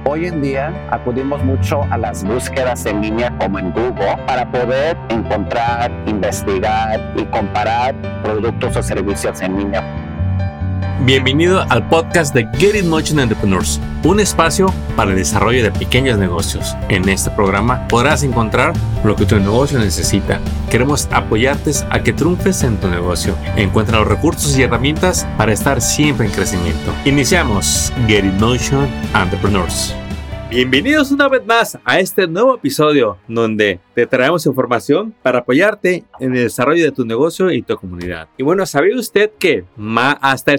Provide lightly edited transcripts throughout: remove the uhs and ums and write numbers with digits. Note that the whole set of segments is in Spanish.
Hoy en día acudimos mucho a las búsquedas en línea como en Google para poder encontrar, investigar y comparar productos o servicios en línea. Bienvenido al podcast de Get In Motion Entrepreneurs, un espacio para el desarrollo de pequeños negocios. En este programa podrás encontrar lo que tu negocio necesita. Queremos apoyarte a que triunfes en tu negocio. Encuentra los recursos y herramientas para estar siempre en crecimiento. Iniciamos Get In Motion Entrepreneurs. Bienvenidos una vez más a este nuevo episodio donde te traemos información para apoyarte en el desarrollo de tu negocio y tu comunidad. Y bueno, ¿sabía usted que hasta el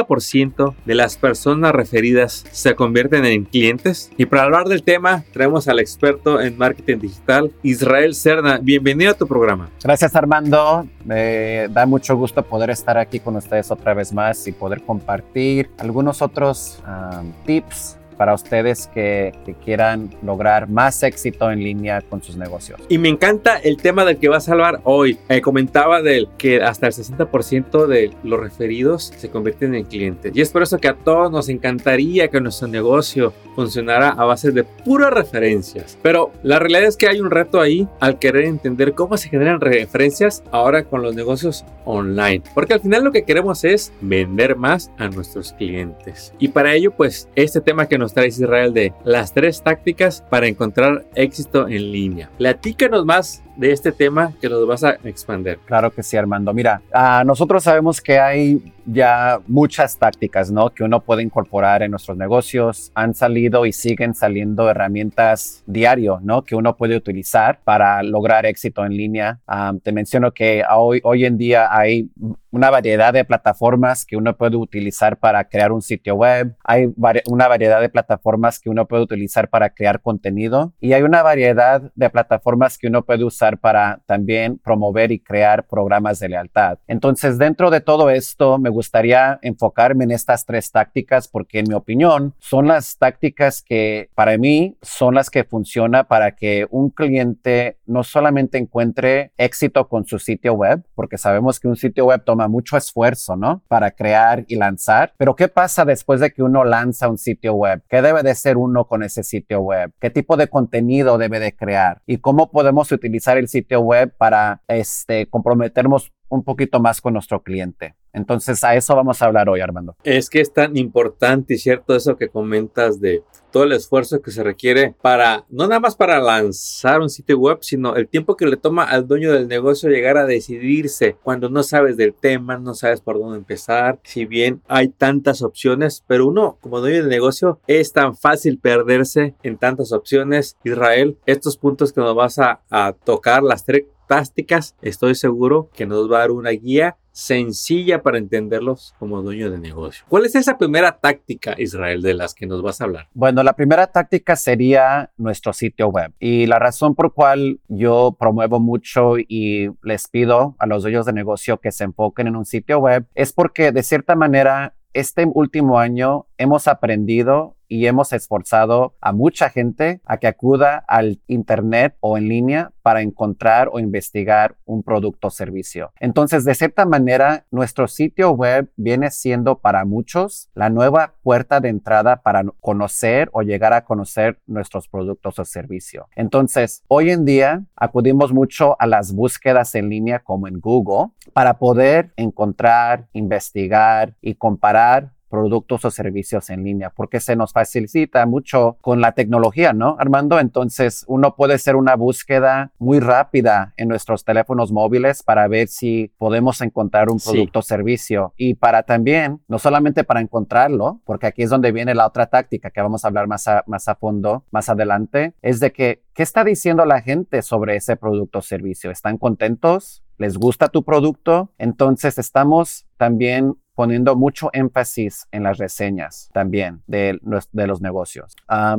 60% de las personas referidas se convierten en clientes? Y para hablar del tema, traemos al experto en marketing digital, Israel Serna. Bienvenido a tu programa. Gracias, Armando. Me da mucho gusto poder estar aquí con ustedes otra vez más y poder compartir algunos otros tips para ustedes que quieran lograr más éxito en línea con sus negocios. Y me encanta el tema del que vas a hablar hoy. Comentaba del que hasta el 60% de los referidos se convierten en clientes. Y es por eso que a todos nos encantaría que nuestro negocio funcionara a base de puras referencias. Pero la realidad es que hay un reto ahí al querer entender cómo se generan referencias ahora con los negocios online. Porque al final lo que queremos es vender más a nuestros clientes. Y para ello, pues, este tema que nos trae Israel de las 3 tácticas para encontrar éxito en línea. Platícanos más de este tema que nos vas a expandir. Claro que sí, Armando. Mira, nosotros sabemos que hay ya muchas tácticas, ¿no?, que uno puede incorporar en nuestros negocios. Han salido y siguen saliendo herramientas diario, ¿no?, que uno puede utilizar para lograr éxito en línea. Te menciono que hoy en día hay una variedad de plataformas que uno puede utilizar para crear un sitio web. Hay una variedad de plataformas que uno puede utilizar para crear contenido. Y hay una variedad de plataformas que uno puede usar para también promover y crear programas de lealtad. Entonces, dentro de todo esto, me gustaría enfocarme en estas 3 tácticas porque, en mi opinión, son las tácticas que para mí son las que funcionan para que un cliente no solamente encuentre éxito con su sitio web, porque sabemos que un sitio web toma mucho esfuerzo, ¿no?, para crear y lanzar. Pero ¿qué pasa después de que uno lanza un sitio web? ¿Qué debe de ser uno con ese sitio web? ¿Qué tipo de contenido debe de crear? ¿Y cómo podemos utilizar el sitio web para comprometernos un poquito más con nuestro cliente? Entonces, a eso vamos a hablar hoy, Armando. Es que es tan importante y cierto eso que comentas de todo el esfuerzo que se requiere para, no nada más para lanzar un sitio web, sino el tiempo que le toma al dueño del negocio llegar a decidirse cuando no sabes del tema, no sabes por dónde empezar. Si bien hay tantas opciones, pero uno como dueño del negocio es tan fácil perderse en tantas opciones. Israel, estos puntos que nos vas a tocar, las 3 tácticas, estoy seguro que nos va a dar una guía sencilla para entenderlos como dueño de negocio. ¿Cuál es esa primera táctica, Israel, de las que nos vas a hablar? Bueno, la primera táctica sería nuestro sitio web. Y la razón por cual yo promuevo mucho y les pido a los dueños de negocio que se enfoquen en un sitio web es porque, de cierta manera, este último año hemos aprendido y hemos esforzado a mucha gente a que acuda al internet o en línea para encontrar o investigar un producto o servicio. Entonces, de cierta manera, nuestro sitio web viene siendo para muchos la nueva puerta de entrada para conocer o llegar a conocer nuestros productos o servicios. Entonces, hoy en día acudimos mucho a las búsquedas en línea como en Google para poder encontrar, investigar y comparar productos o servicios en línea, porque se nos facilita mucho con la tecnología, ¿no, Armando? Entonces, uno puede hacer una búsqueda muy rápida en nuestros teléfonos móviles para ver si podemos encontrar un producto o servicio. Y para también, no solamente para encontrarlo, porque aquí es donde viene la otra táctica que vamos a hablar más a fondo, más adelante, es de que, ¿qué está diciendo la gente sobre ese producto o servicio? ¿Están contentos? ¿Les gusta tu producto? Entonces, estamos también poniendo mucho énfasis en las reseñas también de los negocios.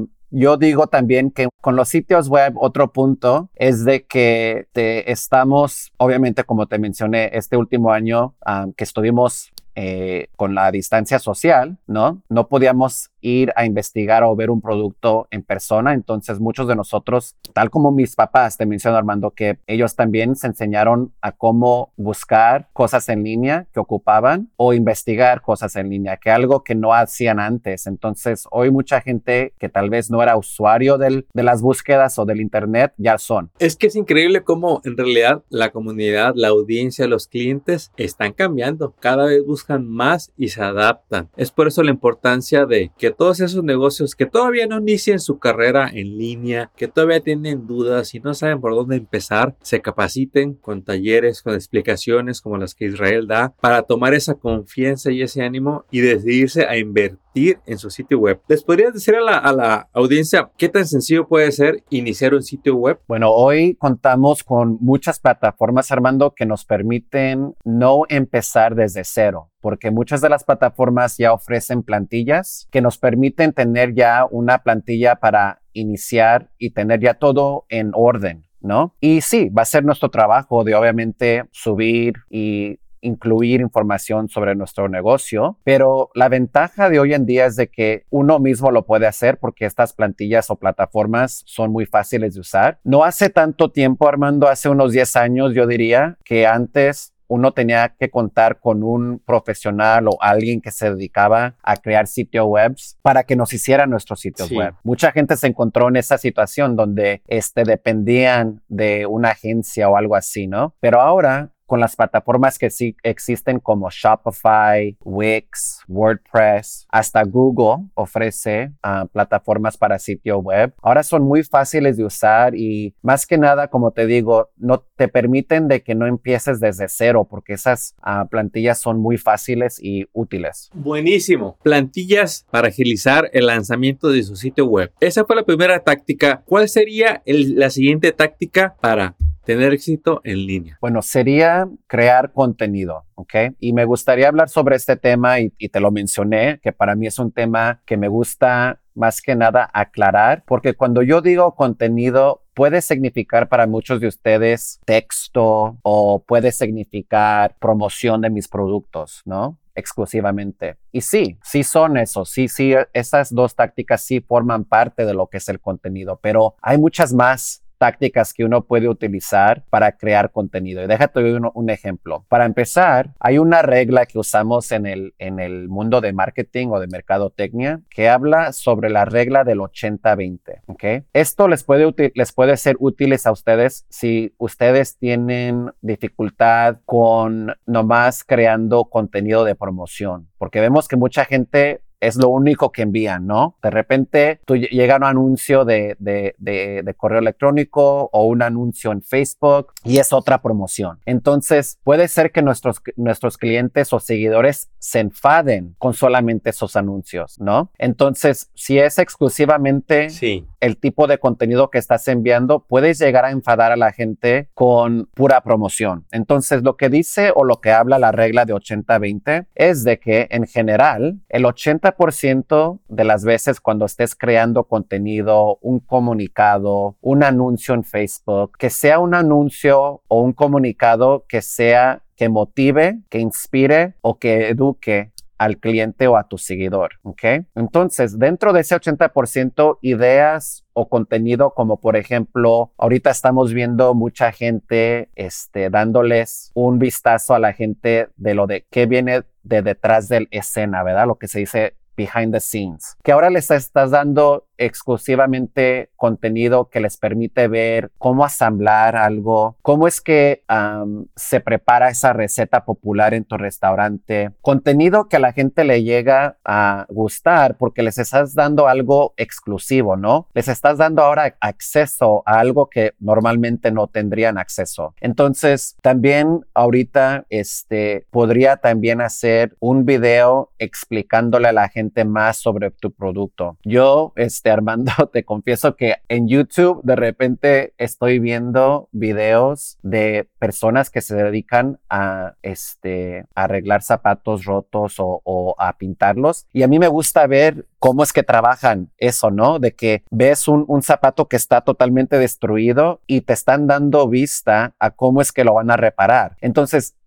Yo digo también que con los sitios web, otro punto es de que estamos, obviamente, como te mencioné, este último año que estuvimos con la distancia social, ¿no? No podíamos ir a investigar o ver un producto en persona. Entonces muchos de nosotros, tal como mis papás, te menciono Armando, que ellos también se enseñaron a cómo buscar cosas en línea que ocupaban o investigar cosas en línea, que algo que no hacían antes. Entonces hoy mucha gente que tal vez no era usuario de las búsquedas o del internet ya son. Es que es increíble cómo en realidad la comunidad, la audiencia, los clientes están cambiando. Cada vez buscan más y se adaptan. Es por eso la importancia de que todos esos negocios que todavía no inician su carrera en línea, que todavía tienen dudas y no saben por dónde empezar, se capaciten con talleres, con explicaciones como las que Israel da para tomar esa confianza y ese ánimo y decidirse a invertir en su sitio web. ¿Les podrías decir a la audiencia qué tan sencillo puede ser iniciar un sitio web? Bueno, hoy contamos con muchas plataformas, Armando, que nos permiten no empezar desde cero, porque muchas de las plataformas ya ofrecen plantillas que nos permiten tener ya una plantilla para iniciar y tener ya todo en orden, ¿no? Y sí, va a ser nuestro trabajo de obviamente subir y incluir información sobre nuestro negocio, pero la ventaja de hoy en día es de que uno mismo lo puede hacer porque estas plantillas o plataformas son muy fáciles de usar. No hace tanto tiempo, Armando, hace unos 10 años, yo diría que antes uno tenía que contar con un profesional o alguien que se dedicaba a crear sitios web para que nos hicieran nuestros sitios web. Mucha gente se encontró en esa situación donde dependían de una agencia o algo así, ¿no? Pero ahora, con las plataformas que sí existen como Shopify, Wix, WordPress, hasta Google ofrece plataformas para sitio web. Ahora son muy fáciles de usar y más que nada, como te digo, no te permiten de que no empieces desde cero porque esas plantillas son muy fáciles y útiles. Buenísimo. Plantillas para agilizar el lanzamiento de su sitio web. Esa fue la primera táctica. ¿Cuál sería la siguiente táctica para tener éxito en línea? Bueno, sería crear contenido, ¿ok? Y me gustaría hablar sobre este tema y te lo mencioné, que para mí es un tema que me gusta más que nada aclarar, porque cuando yo digo contenido, puede significar para muchos de ustedes texto o puede significar promoción de mis productos, ¿no? Exclusivamente. Y sí son eso, sí, esas dos tácticas sí forman parte de lo que es el contenido, pero hay muchas más tácticas que uno puede utilizar para crear contenido. Y déjate un ejemplo. Para empezar, hay una regla que usamos en el mundo de marketing o de mercadotecnia que habla sobre la regla del 80-20. ¿Okay? Esto les puede ser útiles a ustedes si ustedes tienen dificultad con nomás creando contenido de promoción, porque vemos que mucha gente es lo único que envían, ¿no? De repente llega un anuncio de correo electrónico o un anuncio en Facebook y es otra promoción. Entonces, puede ser que nuestros clientes o seguidores se enfaden con solamente esos anuncios, ¿no? Entonces, si es exclusivamente el tipo de contenido que estás enviando, puedes llegar a enfadar a la gente con pura promoción. Entonces, lo que dice o lo que habla la regla de 80-20 es de que, en general, el 80% de las veces cuando estés creando contenido, un comunicado, un anuncio en Facebook, que sea un anuncio o un comunicado que motive, que inspire o que eduque al cliente o a tu seguidor, ¿ok? Entonces, dentro de ese 80%, ideas o contenido como, por ejemplo, ahorita estamos viendo mucha gente dándoles un vistazo a la gente de lo de qué viene de detrás del escena, ¿verdad? Lo que se dice behind the scenes, que ahora les estás dando exclusivamente contenido que les permite ver cómo asamblar algo, cómo es que se prepara esa receta popular en tu restaurante, contenido que a la gente le llega a gustar porque les estás dando algo exclusivo, ¿no? Les estás dando ahora acceso a algo que normalmente no tendrían acceso. Entonces, también ahorita podría también hacer un video explicándole a la gente más sobre tu producto. Yo, Armando, te confieso que en YouTube de repente estoy viendo videos de personas que se dedican a arreglar zapatos rotos o a pintarlos, y a mí me gusta ver cómo es que trabajan eso, ¿no? De que ves un zapato que está totalmente destruido y te están dando vista a cómo es que lo van a reparar. Entonces,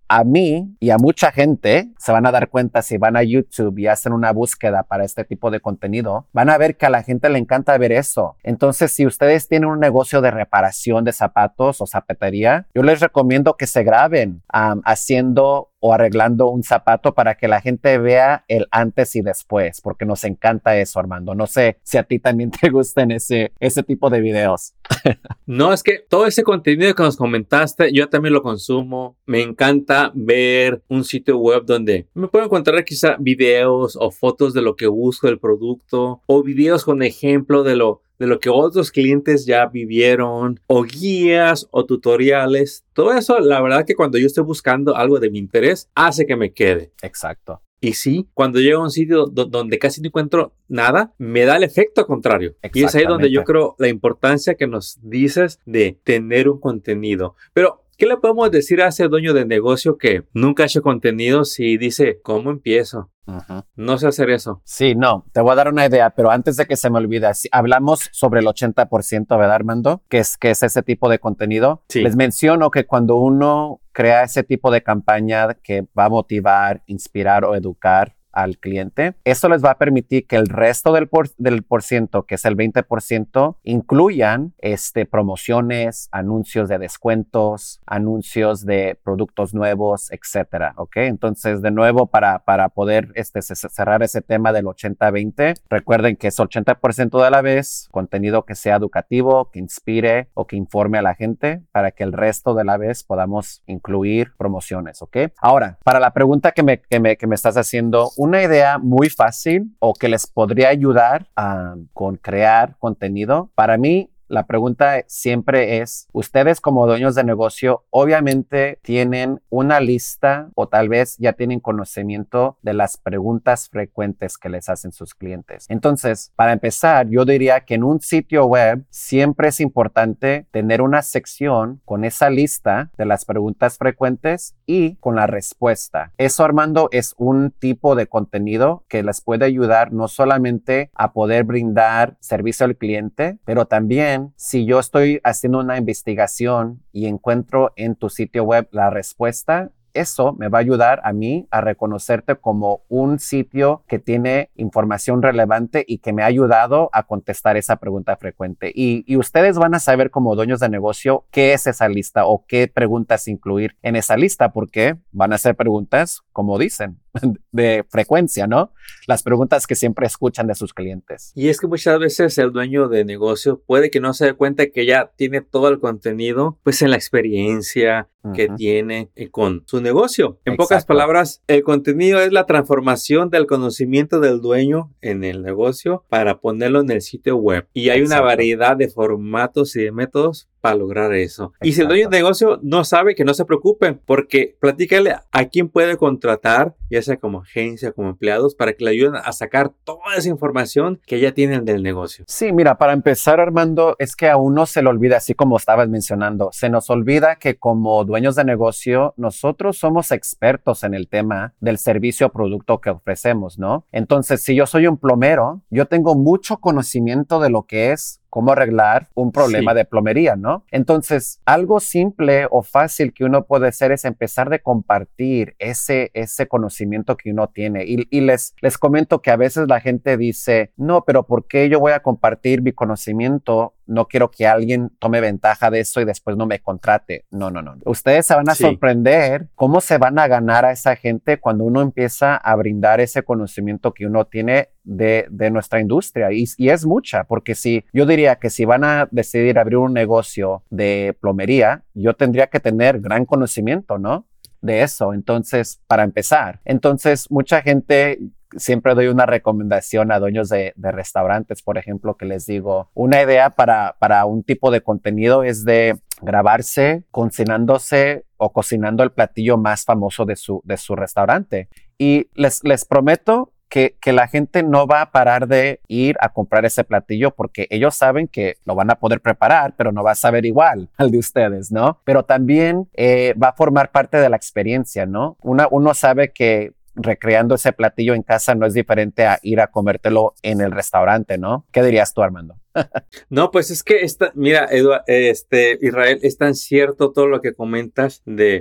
a mí y a mucha gente se van a dar cuenta si van a YouTube y hacen una búsqueda para este tipo de contenido, van a ver que a la gente le encanta ver eso. Entonces, si ustedes tienen un negocio de reparación de zapatos o zapatería, yo les recomiendo que se graben haciendo o arreglando un zapato para que la gente vea el antes y después, porque nos encanta eso, Armando. No sé si a ti también te gustan ese tipo de videos. No, es que todo ese contenido que nos comentaste, yo también lo consumo. Me encanta ver un sitio web donde me puedo encontrar quizá videos o fotos de lo que busco del producto o videos con ejemplo de lo que otros clientes ya vivieron o guías o tutoriales. Todo eso, la verdad que cuando yo estoy buscando algo de mi interés, hace que me quede. Exacto. Y sí, cuando llego a un sitio donde casi no encuentro nada, me da el efecto contrario. Y es ahí donde yo creo la importancia que nos dices de tener un contenido. Pero, ¿qué le podemos decir a ese dueño de negocio que nunca ha hecho contenido si dice, ¿cómo empiezo? Uh-huh. No sé hacer eso. Sí, no, te voy a dar una idea, pero antes de que se me olvide, si hablamos sobre el 80%, ¿verdad, Armando? Que es ese tipo de contenido. Sí. Les menciono que cuando uno crea ese tipo de campaña que va a motivar, inspirar o educar al cliente, eso les va a permitir que el resto del por ciento, que es el 20%, incluyan promociones, anuncios de descuentos, anuncios de productos nuevos, etcétera, ¿ok? Entonces, de nuevo, para poder cerrar ese tema del 80-20, recuerden que es 80% de la vez contenido que sea educativo, que inspire o que informe a la gente para que el resto de la vez podamos incluir promociones, ¿ok? Ahora, para la pregunta que me estás haciendo, una idea muy fácil o que les podría ayudar con crear contenido, para mí, la pregunta siempre es, ustedes como dueños de negocio obviamente tienen una lista o tal vez ya tienen conocimiento de las preguntas frecuentes que les hacen sus clientes. Entonces, para empezar, yo diría que en un sitio web siempre es importante tener una sección con esa lista de las preguntas frecuentes y con la respuesta. Eso, Armando, es un tipo de contenido que les puede ayudar no solamente a poder brindar servicio al cliente, pero también si yo estoy haciendo una investigación y encuentro en tu sitio web la respuesta, eso me va a ayudar a mí a reconocerte como un sitio que tiene información relevante y que me ha ayudado a contestar esa pregunta frecuente. Y ustedes van a saber como dueños de negocio qué es esa lista o qué preguntas incluir en esa lista, porque van a ser preguntas, como dicen, de frecuencia, ¿no? Las preguntas que siempre escuchan de sus clientes. Y es que muchas veces el dueño de negocio puede que no se dé cuenta que ya tiene todo el contenido, pues en la experiencia que tiene con su negocio. En pocas palabras, el contenido es la transformación del conocimiento del dueño en el negocio para ponerlo en el sitio web. Y hay una variedad de formatos y de métodos para lograr eso. Y si el dueño de negocio no sabe, que no se preocupe, porque platícale a quién puede contratar, ya sea como agencia, como empleados, para que le ayuden a sacar toda esa información que ya tienen del negocio. Sí, mira, para empezar, Armando, es que a uno se le olvida, así como estabas mencionando, se nos olvida que como dueños de negocio, nosotros somos expertos en el tema del servicio o producto que ofrecemos, ¿no? Entonces, si yo soy un plomero, yo tengo mucho conocimiento de lo que es cómo arreglar un problema de plomería, ¿no? Entonces, algo simple o fácil que uno puede hacer es empezar de compartir ese conocimiento que uno tiene. Y les comento que a veces la gente dice, no, pero ¿por qué yo voy a compartir mi conocimiento? No quiero que alguien tome ventaja de eso y después no me contrate. No. Ustedes se van a sorprender cómo se van a ganar a esa gente cuando uno empieza a brindar ese conocimiento que uno tiene de nuestra industria. Y es mucha, porque yo diría que si van a decidir abrir un negocio de plomería, yo tendría que tener gran conocimiento, ¿no? De eso. Entonces, para empezar. Entonces, mucha gente... Siempre doy una recomendación a dueños de restaurantes, por ejemplo, que les digo, una idea para un tipo de contenido es de grabarse cocinándose o cocinando el platillo más famoso de su restaurante. Y les prometo que la gente no va a parar de ir a comprar ese platillo porque ellos saben que lo van a poder preparar, pero no va a saber igual al de ustedes, ¿no? Pero también va a formar parte de la experiencia, ¿no? Uno sabe que recreando ese platillo en casa no es diferente a ir a comértelo en el restaurante, ¿no? ¿Qué dirías tú, Armando? No, pues es que mira, Israel, es tan cierto todo lo que comentas de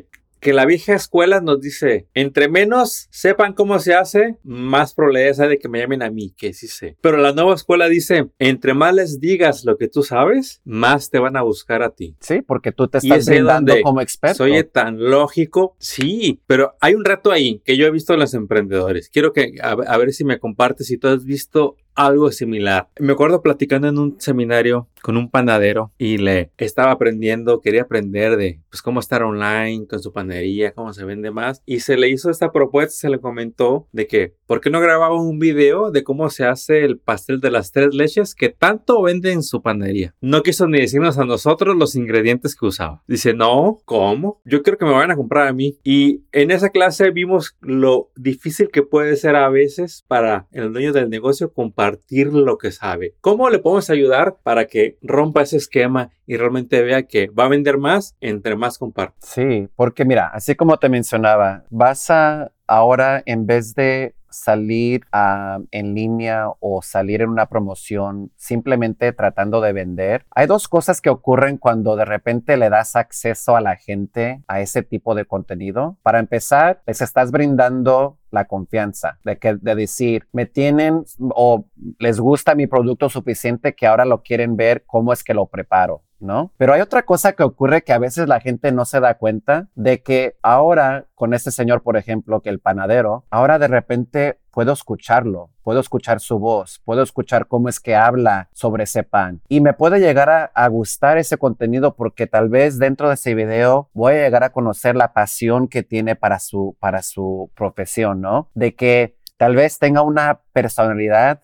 que la vieja escuela nos dice, entre menos sepan cómo se hace, más probabilidades hay de que me llamen a mí, que sí sé. Pero la nueva escuela dice, entre más les digas lo que tú sabes, más te van a buscar a ti. Sí, porque tú te estás brindando como experto. Soy tan lógico. Sí, pero hay un reto ahí que yo he visto en los emprendedores. Quiero que a ver si me compartes si tú has visto algo similar. Me acuerdo platicando en un seminario con un panadero y le estaba aprendiendo, quería aprender de pues cómo estar online con su panadería, cómo se vende más, y se le hizo esta propuesta, se le comentó de que ¿por qué no grababa un video de cómo se hace el pastel de las 3 leches que tanto vende en su panadería? No quiso ni decirnos a nosotros los ingredientes que usaba. Dice, no, ¿cómo? Yo creo que me van a comprar a mí. Y en esa clase vimos lo difícil que puede ser a veces para el dueño del negocio compartir lo que sabe. ¿Cómo le podemos ayudar para que rompa ese esquema y realmente vea que va a vender más entre más comparte? Sí, porque mira, así como te mencionaba, vas a ahora en vez de salir en línea o salir en una promoción simplemente tratando de vender. Hay dos cosas que ocurren cuando de repente le das acceso a la gente a ese tipo de contenido. Para empezar, les estás brindando la confianza de decir, me tienen o les gusta mi producto suficiente que ahora lo quieren ver cómo es que lo preparo, ¿no? Pero hay otra cosa que ocurre que a veces la gente no se da cuenta de que ahora con este señor, por ejemplo, que el panadero, ahora de repente puedo escucharlo, puedo escuchar su voz, puedo escuchar cómo es que habla sobre ese pan y me puede llegar a gustar ese contenido porque tal vez dentro de ese video voy a llegar a conocer la pasión que tiene para su profesión, ¿no? De que tal vez tenga una personalidad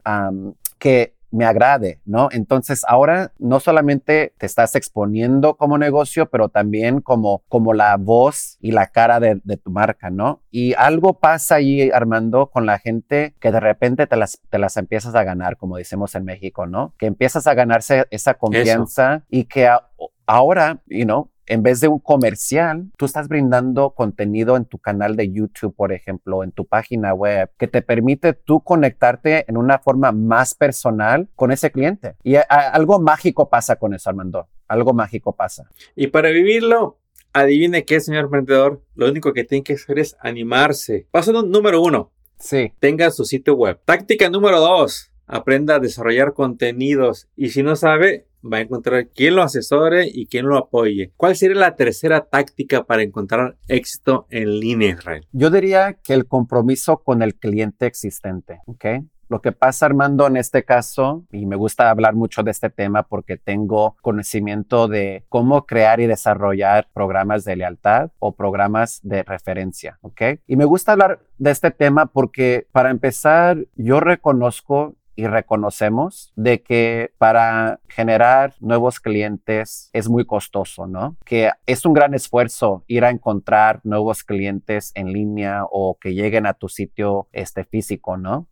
que me agrade, ¿no? Entonces ahora no solamente te estás exponiendo como negocio, pero también como la voz y la cara de tu marca, ¿no? Y algo pasa ahí, Armando, con la gente que de repente te las empiezas a ganar, como decimos en México, ¿no? Que empiezas a ganarse esa confianza y que ahora, en vez de un comercial, tú estás brindando contenido en tu canal de YouTube, por ejemplo, en tu página web, que te permite tú conectarte en una forma más personal con ese cliente. Y algo mágico pasa con eso, Armando. Algo mágico pasa. Y para vivirlo, adivine qué, señor emprendedor, lo único que tiene que hacer es animarse. Paso número 1. Sí. Tenga su sitio web. Táctica número 2. Aprenda a desarrollar contenidos. Y si no sabe, va a encontrar quien lo asesore y quien lo apoye. ¿Cuál sería la tercera táctica para encontrar éxito en línea, Israel? Yo diría que el compromiso con el cliente existente, ¿ok? Lo que pasa, Armando, en este caso, y me gusta hablar mucho de este tema porque tengo conocimiento de cómo crear y desarrollar programas de lealtad o programas de referencia, ¿ok? Y me gusta hablar de este tema porque, para empezar, yo reconozco y reconocemos de que para generar nuevos clientes es muy costoso, ¿no? Que es un gran esfuerzo ir a encontrar nuevos clientes en línea o que lleguen a tu sitio físico, ¿no?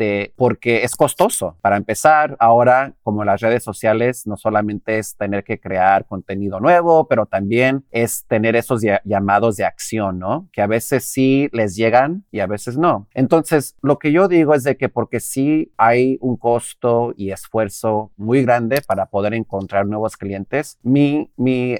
Porque es costoso. Para empezar, ahora, como las redes sociales, no solamente es tener que crear contenido nuevo, pero también es tener esos llamados de acción, ¿no? Que a veces sí les llegan y a veces no. Entonces, lo que yo digo es de que porque sí hay un costo y esfuerzo muy grande para poder encontrar nuevos clientes, mi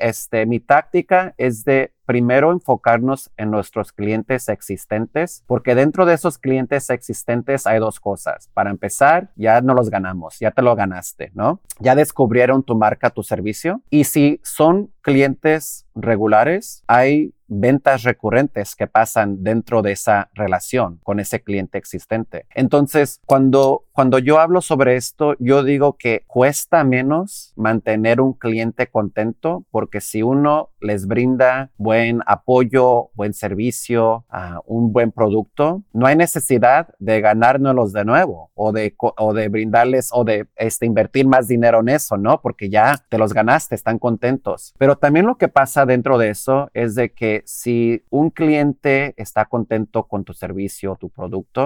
táctica es de primero enfocarnos en nuestros clientes existentes, porque dentro de esos clientes existentes hay dos cosas. Para empezar, ya no los ganamos, ya te lo ganaste, ¿no? Ya descubrieron tu marca, tu servicio. Y si son clientes regulares, hay ventas recurrentes que pasan dentro de esa relación con ese cliente existente. Entonces, cuando yo hablo sobre esto, yo digo que cuesta menos mantener un cliente contento, porque si uno les brinda buen apoyo, buen servicio, un buen producto, no hay necesidad de ganárnoslos de nuevo o de brindarles o de invertir más dinero en eso, ¿no? Porque ya te los ganaste, están contentos. Pero también lo que pasa dentro de eso es de que si un cliente está contento con tu servicio o tu producto,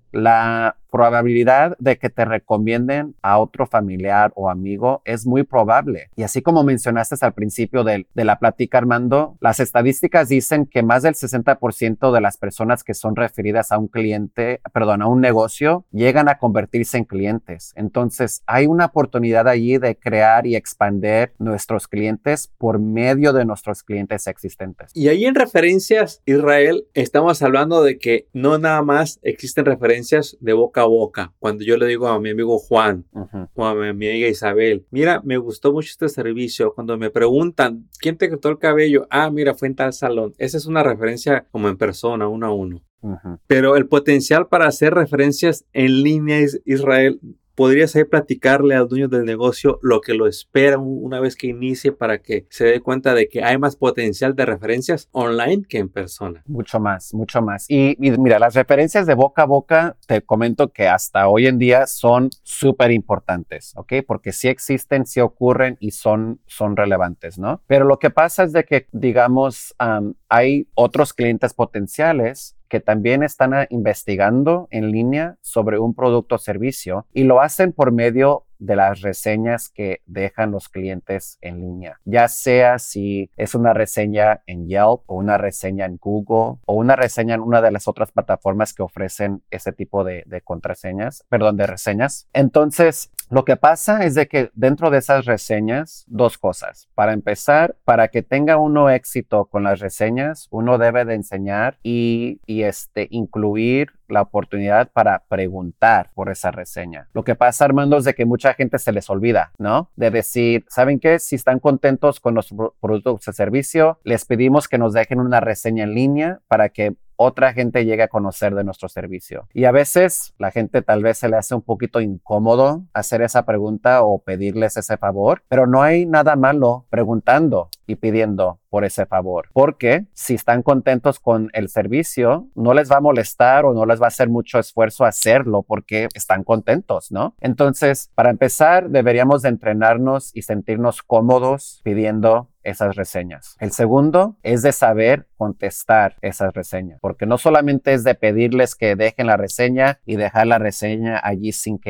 la probabilidad de que te recomienden a otro familiar o amigo es muy probable. Y así como mencionaste al principio de la plática, Armando, las estadísticas dicen que más del 60% de las personas que son referidas a un negocio, llegan a convertirse en clientes. Entonces, hay una oportunidad allí de crear y expandir nuestros clientes por medio de nuestros clientes existentes. Y ahí en referencias, Israel, estamos hablando de que no nada más existen referencias de boca a boca. Cuando yo le digo a mi amigo Juan o a mi amiga Isabel, mira, me gustó mucho este servicio. Cuando me preguntan, ¿quién te cortó el cabello? Ah, mira, fue en tal salón. Esa es una referencia como en persona, uno a uno. Pero el potencial para hacer referencias en línea, Israel, ¿podrías ahí platicarle al dueño del negocio lo que lo espera una vez que inicie para que se dé cuenta de que hay más potencial de referencias online que en persona? Mucho más, mucho más. Y mira, las referencias de boca a boca, te comento que hasta hoy en día son súper importantes, ¿ok? Porque sí existen, sí ocurren y son relevantes, ¿no? Pero lo que pasa es de que, digamos, hay otros clientes potenciales que también están investigando en línea sobre un producto o servicio y lo hacen por medio de las reseñas que dejan los clientes en línea, ya sea si es una reseña en Yelp o una reseña en Google o una reseña en una de las otras plataformas que ofrecen ese tipo de reseñas. Entonces, lo que pasa es de que dentro de esas reseñas, dos cosas. Para empezar, para que tenga uno éxito con las reseñas, uno debe de enseñar y incluir la oportunidad para preguntar por esa reseña. Lo que pasa, Armando, es de que mucha gente se les olvida, ¿no? De decir, ¿saben qué? Si están contentos con los productos o servicio, les pedimos que nos dejen una reseña en línea para que otra gente llegue a conocer de nuestro servicio. Y a veces la gente tal vez se le hace un poquito incómodo hacer esa pregunta o pedirles ese favor, pero no hay nada malo preguntando y pidiendo por ese favor, porque si están contentos con el servicio, no les va a molestar o no les va a hacer mucho esfuerzo hacerlo porque están contentos, ¿no? Entonces, para empezar, deberíamos de entrenarnos y sentirnos cómodos pidiendo esas reseñas. El segundo es de saber contestar esas reseñas, porque no solamente es de pedirles que dejen la reseña y dejar la reseña allí sin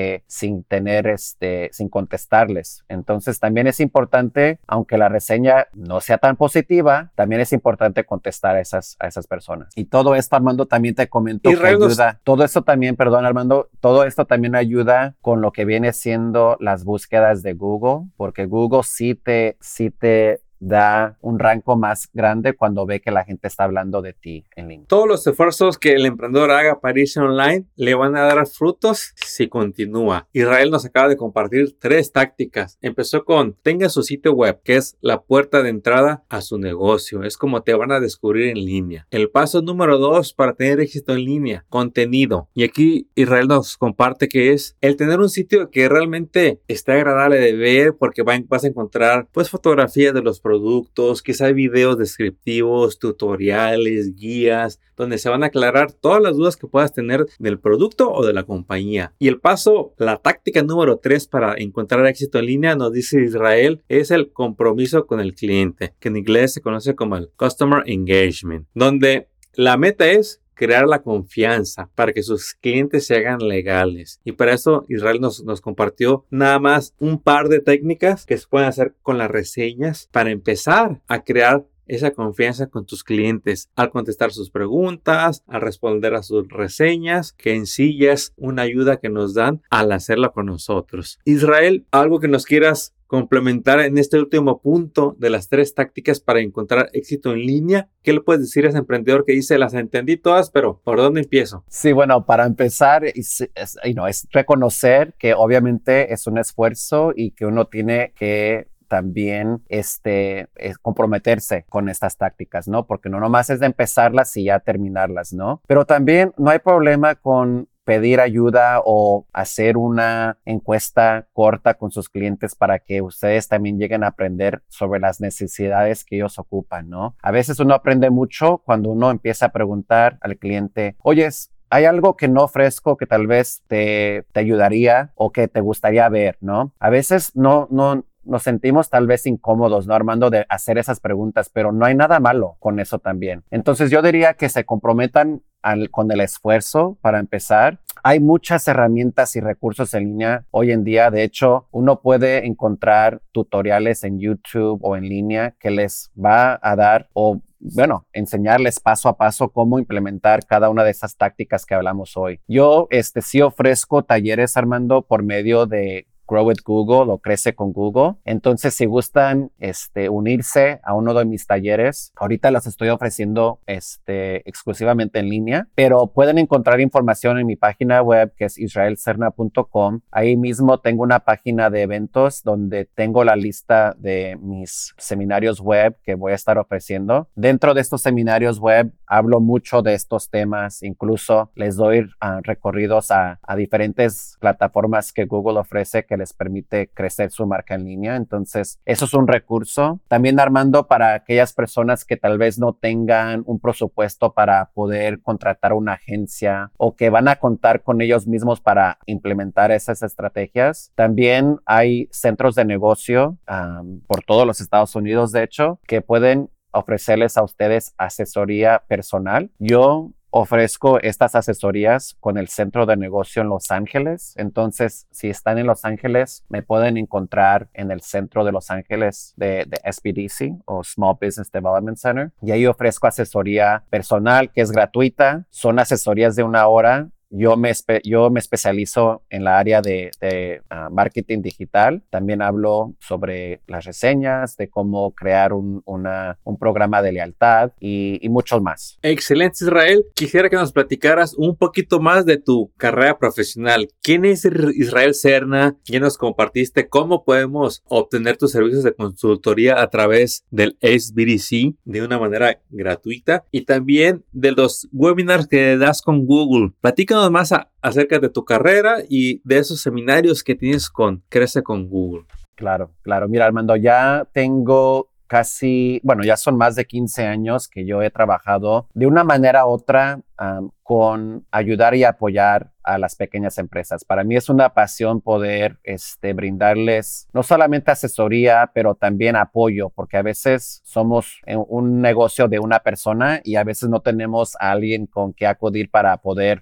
contestarles. Entonces también es importante, aunque la reseña no sea tan positiva, también es importante contestar a esas personas. Y todo esto, Armando, también te comento que ayuda. Todo esto también, perdón, Armando, todo esto también ayuda con lo que viene siendo las búsquedas de Google, porque Google sí te da un rango más grande cuando ve que la gente está hablando de ti en línea. Todos los esfuerzos que el emprendedor haga para irse online le van a dar frutos si continúa. Israel nos acaba de compartir 3 tácticas. Empezó con tenga su sitio web, que es la puerta de entrada a su negocio. Es como te van a descubrir en línea. El paso número 2 para tener éxito en línea, contenido. Y aquí Israel nos comparte que es el tener un sitio que realmente esté agradable de ver, porque vas a encontrar pues fotografías de los productos, quizá hay videos descriptivos, tutoriales, guías, donde se van a aclarar todas las dudas que puedas tener del producto o de la compañía. Y la táctica número 3 para encontrar éxito en línea, nos dice Israel, es el compromiso con el cliente, que en inglés se conoce como el Customer Engagement, donde la meta es crear la confianza para que sus clientes se hagan legales. Y para eso Israel nos compartió nada más un par de técnicas que se pueden hacer con las reseñas para empezar a crear esa confianza con tus clientes al contestar sus preguntas, al responder a sus reseñas, que en sí ya es una ayuda que nos dan al hacerlo con nosotros. Israel, algo que nos quieras complementar en este último punto de las 3 tácticas para encontrar éxito en línea. ¿Qué le puedes decir a ese emprendedor que dice, las entendí todas, pero ¿por dónde empiezo? Sí, bueno, para empezar es reconocer que obviamente es un esfuerzo y que uno tiene que también comprometerse con estas tácticas, ¿no? Porque no nomás es de empezarlas y ya terminarlas, ¿no? Pero también no hay problema con pedir ayuda o hacer una encuesta corta con sus clientes para que ustedes también lleguen a aprender sobre las necesidades que ellos ocupan, ¿no? A veces uno aprende mucho cuando uno empieza a preguntar al cliente, oyes, ¿hay algo que no ofrezco que tal vez te ayudaría o que te gustaría ver, ¿no? A veces no nos sentimos tal vez incómodos, ¿no, Armando, de hacer esas preguntas, pero no hay nada malo con eso también. Entonces yo diría que se comprometan con el esfuerzo para empezar. Hay muchas herramientas y recursos en línea hoy en día. De hecho, uno puede encontrar tutoriales en YouTube o en línea que les va a dar enseñarles paso a paso cómo implementar cada una de esas tácticas que hablamos hoy. Yo sí ofrezco talleres, Armando, por medio de Grow with Google o Crece con Google. Entonces, si gustan unirse a uno de mis talleres, ahorita los estoy ofreciendo exclusivamente en línea, pero pueden encontrar información en mi página web que es israelserna.com. Ahí mismo tengo una página de eventos donde tengo la lista de mis seminarios web que voy a estar ofreciendo. Dentro de estos seminarios web hablo mucho de estos temas, incluso les doy recorridos a diferentes plataformas que Google ofrece que les permite crecer su marca en línea. Entonces, eso es un recurso. También, Armando, para aquellas personas que tal vez no tengan un presupuesto para poder contratar una agencia o que van a contar con ellos mismos para implementar esas estrategias, también hay centros de negocio por todos los Estados Unidos, de hecho, que pueden ofrecerles a ustedes asesoría personal. Yo ofrezco estas asesorías con el centro de negocio en Los Ángeles. Entonces, si están en Los Ángeles, me pueden encontrar en el centro de Los Ángeles de SBDC o Small Business Development Center. Y ahí ofrezco asesoría personal que es gratuita. Son asesorías de 1 hora. Yo me especializo en la área de marketing digital. También hablo sobre las reseñas, de cómo crear un programa de lealtad y mucho más. Excelente, Israel. Quisiera que nos platicaras un poquito más de tu carrera profesional. ¿Quién es Israel Serna? Ya nos compartiste cómo podemos obtener tus servicios de consultoría a través del SBDC de una manera gratuita y también de los webinars que das con Google. Platícanos más acerca de tu carrera y de esos seminarios que tienes con Crece con Google. Claro. Mira, Armando, ya tengo ya son más de 15 años que yo he trabajado de una manera u otra con ayudar y apoyar a las pequeñas empresas. Para mí es una pasión poder brindarles no solamente asesoría, pero también apoyo, porque a veces somos un negocio de una persona y a veces no tenemos a alguien con que acudir para poder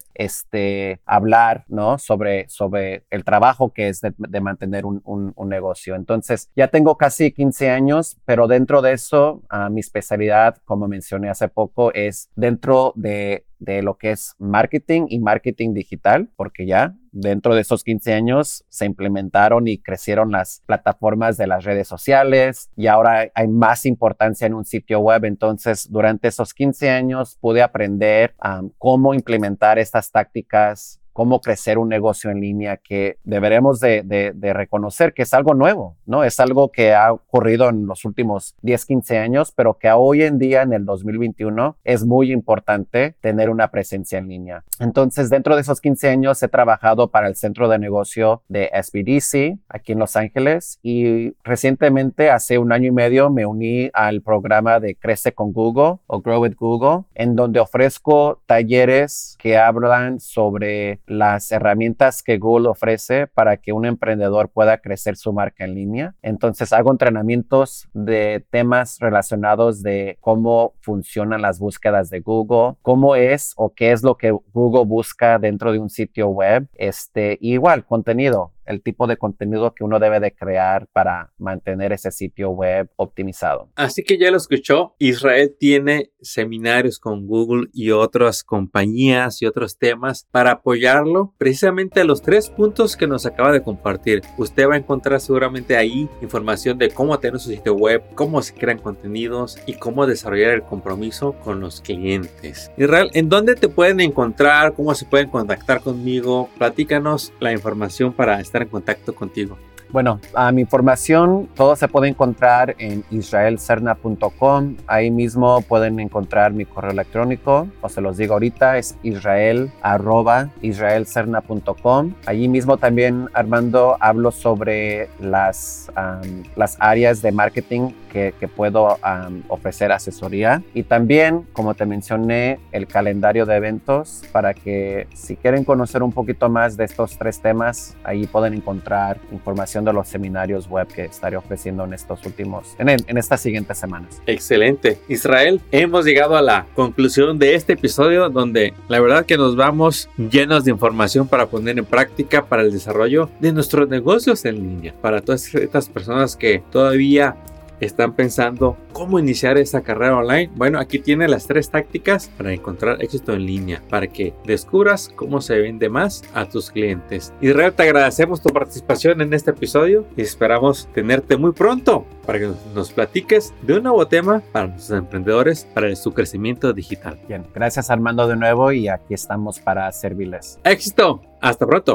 hablar, ¿no? sobre el trabajo que es de mantener un negocio. Entonces, ya tengo casi 15 años, pero dentro de eso, mi especialidad, como mencioné hace poco, es dentro de lo que es marketing y marketing digital, porque ya dentro de esos 15 años se implementaron y crecieron las plataformas de las redes sociales y ahora hay más importancia en un sitio web. Entonces, durante esos 15 años pude aprender cómo implementar estas tácticas, cómo crecer un negocio en línea, que deberemos de reconocer que es algo nuevo, ¿no? Es algo que ha ocurrido en los últimos 10, 15 años, pero que hoy en día, en el 2021, es muy importante tener una presencia en línea. Entonces, dentro de esos 15 años, he trabajado para el centro de negocio de SBDC aquí en Los Ángeles y recientemente, hace 1 año y medio, me uní al programa de Crece con Google o Grow with Google, en donde ofrezco talleres que hablan sobre las herramientas que Google ofrece para que un emprendedor pueda crecer su marca en línea. Entonces hago entrenamientos de temas relacionados de cómo funcionan las búsquedas de Google, cómo es o qué es lo que Google busca dentro de un sitio web, igual contenido. El tipo de contenido que uno debe de crear para mantener ese sitio web optimizado. Así que ya lo escuchó, Israel tiene seminarios con Google y otras compañías y otros temas para apoyarlo precisamente a los 3 puntos que nos acaba de compartir. Usted va a encontrar seguramente ahí información de cómo tener su sitio web, cómo se crean contenidos y cómo desarrollar el compromiso con los clientes. Israel, ¿en dónde te pueden encontrar? ¿Cómo se pueden contactar conmigo? Platícanos la información para estar en contacto contigo. Bueno, mi información, todo se puede encontrar en israelserna.com. Ahí mismo pueden encontrar mi correo electrónico, o se los digo ahorita, es israel@israelserna.com. Allí mismo también, Armando, hablo sobre las áreas de marketing que puedo ofrecer asesoría. Y también, como te mencioné, el calendario de eventos para que si quieren conocer un poquito más de estos 3 temas, ahí pueden encontrar información de los seminarios web que estaré ofreciendo en estas siguientes semanas. Excelente. Israel, hemos llegado a la conclusión de este episodio donde la verdad que nos vamos llenos de información para poner en práctica para el desarrollo de nuestros negocios en línea. Para todas estas personas que todavía están pensando cómo iniciar esa carrera online, bueno, aquí tiene las 3 tácticas para encontrar éxito en línea, para que descubras cómo se vende más a tus clientes. Israel, te agradecemos tu participación en este episodio y esperamos tenerte muy pronto para que nos platiques de un nuevo tema para nuestros emprendedores para su crecimiento digital. Bien, gracias Armando de nuevo y aquí estamos para servirles. ¡Éxito! ¡Hasta pronto!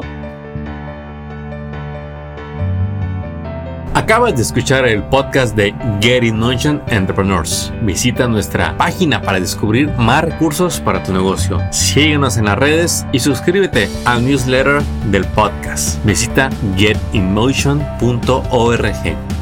Acabas de escuchar el podcast de Get in Motion Entrepreneurs. Visita nuestra página para descubrir más recursos para tu negocio. Síguenos en las redes y suscríbete al newsletter del podcast. Visita getinmotion.org.